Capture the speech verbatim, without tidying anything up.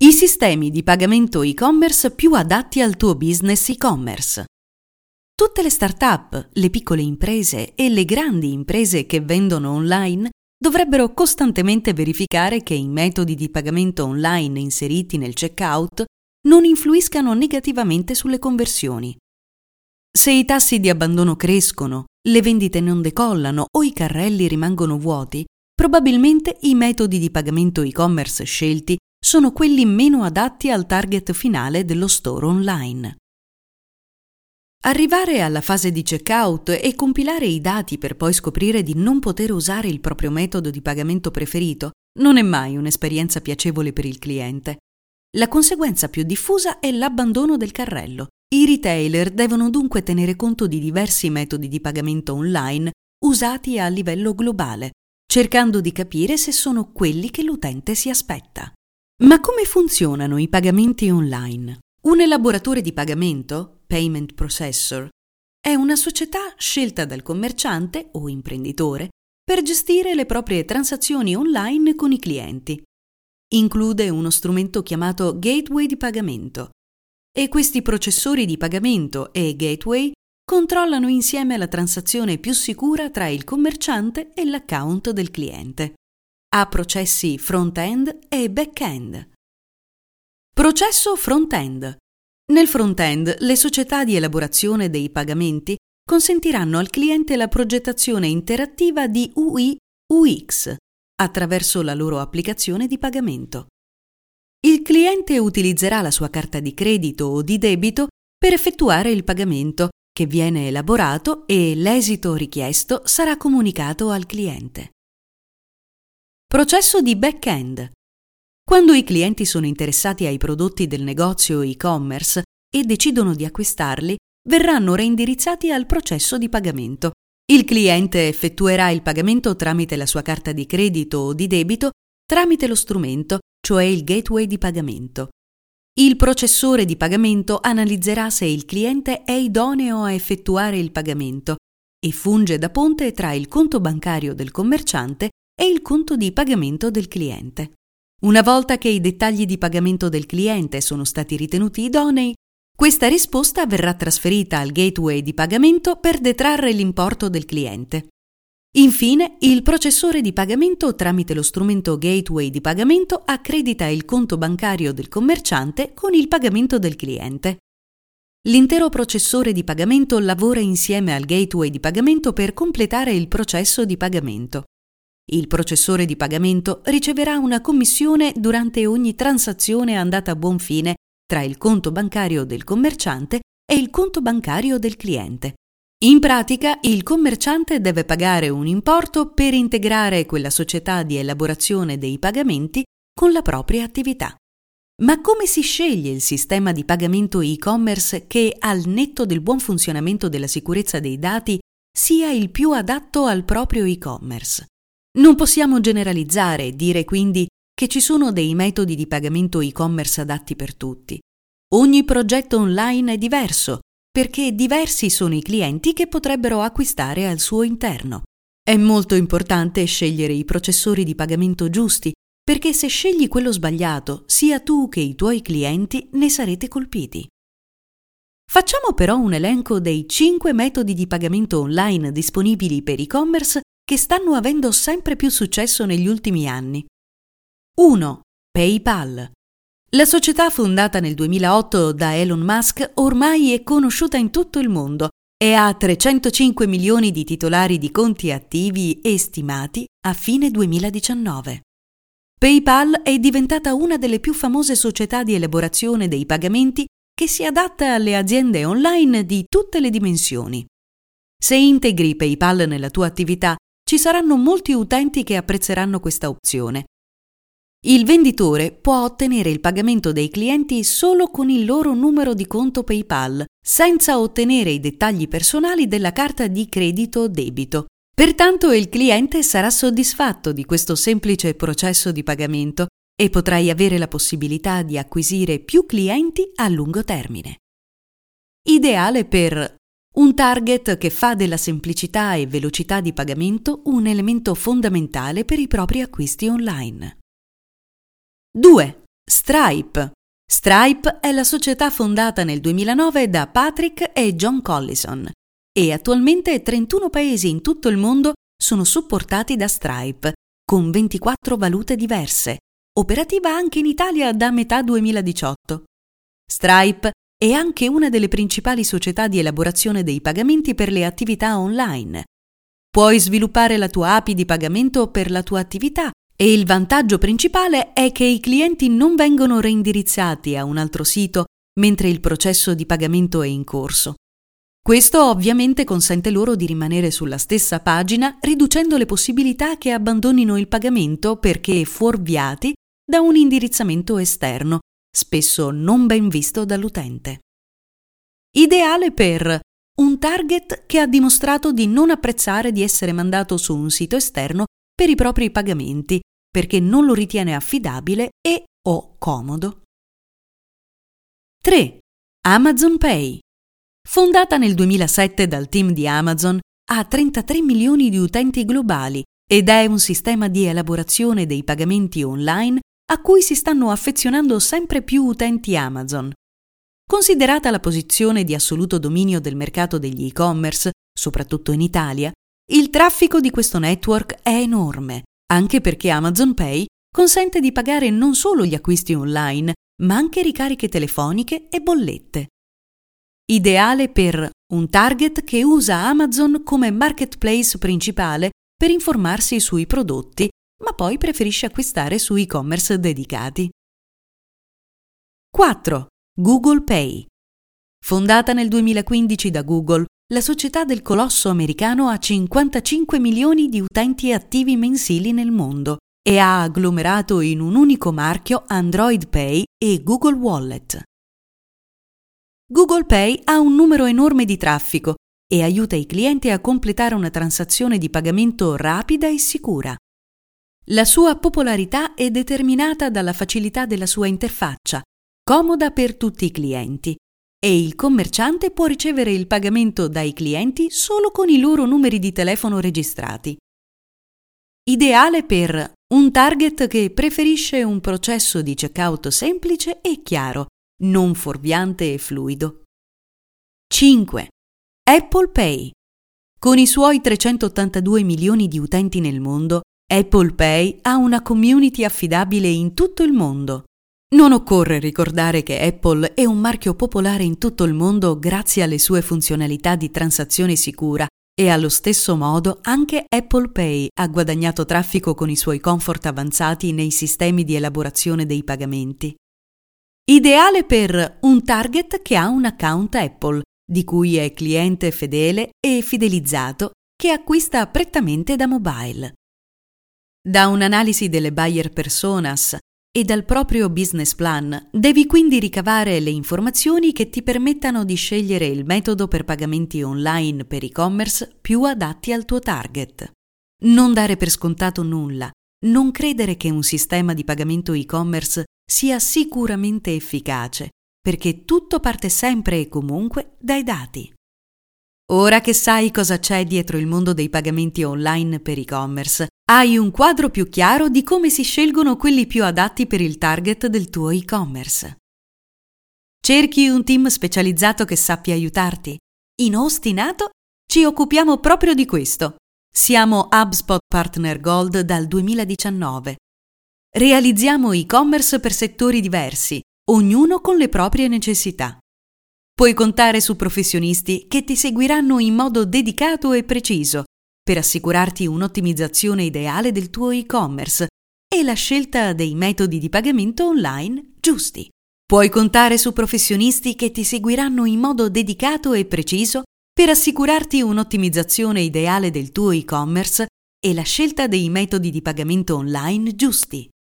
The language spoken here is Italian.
I sistemi di pagamento e-commerce più adatti al tuo business e-commerce. Tutte le start-up, le piccole imprese e le grandi imprese che vendono online dovrebbero costantemente verificare che i metodi di pagamento online inseriti nel checkout non influiscano negativamente sulle conversioni. Se i tassi di abbandono crescono, le vendite non decollano o i carrelli rimangono vuoti, probabilmente i metodi di pagamento e-commerce scelti sono quelli meno adatti al target finale dello store online. Arrivare alla fase di checkout e compilare i dati per poi scoprire di non poter usare il proprio metodo di pagamento preferito non è mai un'esperienza piacevole per il cliente. La conseguenza più diffusa è l'abbandono del carrello. I retailer devono dunque tenere conto di diversi metodi di pagamento online usati a livello globale, cercando di capire se sono quelli che l'utente si aspetta. Ma come funzionano i pagamenti online? Un elaboratore di pagamento, payment processor, è una società scelta dal commerciante o imprenditore per gestire le proprie transazioni online con i clienti. Include uno strumento chiamato gateway di pagamento e questi processori di pagamento e gateway controllano insieme la transazione più sicura tra il commerciante e l'account del cliente. Ha processi front-end e back-end. Processo front-end. Nel front-end, le società di elaborazione dei pagamenti consentiranno al cliente la progettazione interattiva di U I U X attraverso la loro applicazione di pagamento. Il cliente utilizzerà la sua carta di credito o di debito per effettuare il pagamento, che viene elaborato e l'esito richiesto sarà comunicato al cliente. Processo di back-end. Quando i clienti sono interessati ai prodotti del negozio e-commerce e decidono di acquistarli, verranno reindirizzati al processo di pagamento. Il cliente effettuerà il pagamento tramite la sua carta di credito o di debito tramite lo strumento, cioè il gateway di pagamento. Il processore di pagamento analizzerà se il cliente è idoneo a effettuare il pagamento e funge da ponte tra il conto bancario del commerciante e il conto di pagamento del cliente. Una volta che i dettagli di pagamento del cliente sono stati ritenuti idonei, questa risposta verrà trasferita al gateway di pagamento per detrarre l'importo del cliente. Infine, il processore di pagamento tramite lo strumento gateway di pagamento accredita il conto bancario del commerciante con il pagamento del cliente. L'intero processore di pagamento lavora insieme al gateway di pagamento per completare il processo di pagamento. Il processore di pagamento riceverà una commissione durante ogni transazione andata a buon fine tra il conto bancario del commerciante e il conto bancario del cliente. In pratica, il commerciante deve pagare un importo per integrare quella società di elaborazione dei pagamenti con la propria attività. Ma come si sceglie il sistema di pagamento e-commerce che, al netto del buon funzionamento della sicurezza dei dati, sia il più adatto al proprio e-commerce? Non possiamo generalizzare e dire quindi che ci sono dei metodi di pagamento e-commerce adatti per tutti. Ogni progetto online è diverso, perché diversi sono i clienti che potrebbero acquistare al suo interno. È molto importante scegliere i processori di pagamento giusti, perché se scegli quello sbagliato, sia tu che i tuoi clienti ne sarete colpiti. Facciamo però un elenco dei cinque metodi di pagamento online disponibili per e-commerce che stanno avendo sempre più successo negli ultimi anni. uno. PayPal. La società fondata nel duemilaotto da Elon Musk ormai è conosciuta in tutto il mondo e ha trecentocinque milioni di titolari di conti attivi e stimati a fine duemiladiciannove. PayPal è diventata una delle più famose società di elaborazione dei pagamenti che si adatta alle aziende online di tutte le dimensioni. Se integri PayPal nella tua attività, ci saranno molti utenti che apprezzeranno questa opzione. Il venditore può ottenere il pagamento dei clienti solo con il loro numero di conto PayPal, senza ottenere i dettagli personali della carta di credito o debito. Pertanto il cliente sarà soddisfatto di questo semplice processo di pagamento e potrai avere la possibilità di acquisire più clienti a lungo termine. Ideale per un target che fa della semplicità e velocità di pagamento un elemento fondamentale per i propri acquisti online. due. Stripe. Stripe è la società fondata nel duemilanove da Patrick e John Collison e attualmente trentuno paesi in tutto il mondo sono supportati da Stripe, con ventiquattro valute diverse, operativa anche in Italia da metà duemiladiciotto. Stripe è anche una delle principali società di elaborazione dei pagamenti per le attività online. Puoi sviluppare la tua A P I di pagamento per la tua attività e il vantaggio principale è che i clienti non vengono reindirizzati a un altro sito mentre il processo di pagamento è in corso. Questo ovviamente consente loro di rimanere sulla stessa pagina, riducendo le possibilità che abbandonino il pagamento perché fuorviati da un indirizzamento esterno, spesso non ben visto dall'utente. Ideale per un target che ha dimostrato di non apprezzare di essere mandato su un sito esterno per i propri pagamenti, perché non lo ritiene affidabile e o comodo. tre. Amazon Pay. Fondata nel duemilasette dal team di Amazon, ha trentatré milioni di utenti globali ed è un sistema di elaborazione dei pagamenti online a cui si stanno affezionando sempre più utenti Amazon. Considerata la posizione di assoluto dominio del mercato degli e-commerce, soprattutto in Italia, il traffico di questo network è enorme, anche perché Amazon Pay consente di pagare non solo gli acquisti online, ma anche ricariche telefoniche e bollette. Ideale per un target che usa Amazon come marketplace principale per informarsi sui prodotti, ma poi preferisce acquistare su e-commerce dedicati. quattro. Google Pay. Fondata nel duemilaquindici da Google, la società del colosso americano ha cinquantacinque milioni di utenti attivi mensili nel mondo e ha agglomerato in un unico marchio Android Pay e Google Wallet. Google Pay ha un numero enorme di traffico e aiuta i clienti a completare una transazione di pagamento rapida e sicura. La sua popolarità è determinata dalla facilità della sua interfaccia, comoda per tutti i clienti, e il commerciante può ricevere il pagamento dai clienti solo con i loro numeri di telefono registrati. Ideale per un target che preferisce un processo di checkout semplice e chiaro, non fuorviante e fluido. cinque. Apple Pay. Con i suoi trecentottantadue milioni di utenti nel mondo, Apple Pay ha una community affidabile in tutto il mondo. Non occorre ricordare che Apple è un marchio popolare in tutto il mondo grazie alle sue funzionalità di transazione sicura e allo stesso modo anche Apple Pay ha guadagnato traffico con i suoi comfort avanzati nei sistemi di elaborazione dei pagamenti. Ideale per un target che ha un account Apple, di cui è cliente fedele e fidelizzato, che acquista prettamente da mobile. Da un'analisi delle buyer personas e dal proprio business plan devi quindi ricavare le informazioni che ti permettano di scegliere il metodo per pagamenti online per e-commerce più adatti al tuo target. Non dare per scontato nulla, non credere che un sistema di pagamento e-commerce sia sicuramente efficace, perché tutto parte sempre e comunque dai dati. Ora che sai cosa c'è dietro il mondo dei pagamenti online per e-commerce, hai un quadro più chiaro di come si scelgono quelli più adatti per il target del tuo e-commerce. Cerchi un team specializzato che sappia aiutarti? In Ostinato ci occupiamo proprio di questo. Siamo HubSpot Partner Gold dal duemiladiciannove. Realizziamo e-commerce per settori diversi, ognuno con le proprie necessità. Puoi contare su professionisti che ti seguiranno in modo dedicato e preciso per assicurarti un'ottimizzazione ideale del tuo e-commerce e la scelta dei metodi di pagamento online giusti. Puoi contare su professionisti che ti seguiranno in modo dedicato e preciso per assicurarti un'ottimizzazione ideale del tuo e-commerce e la scelta dei metodi di pagamento online giusti.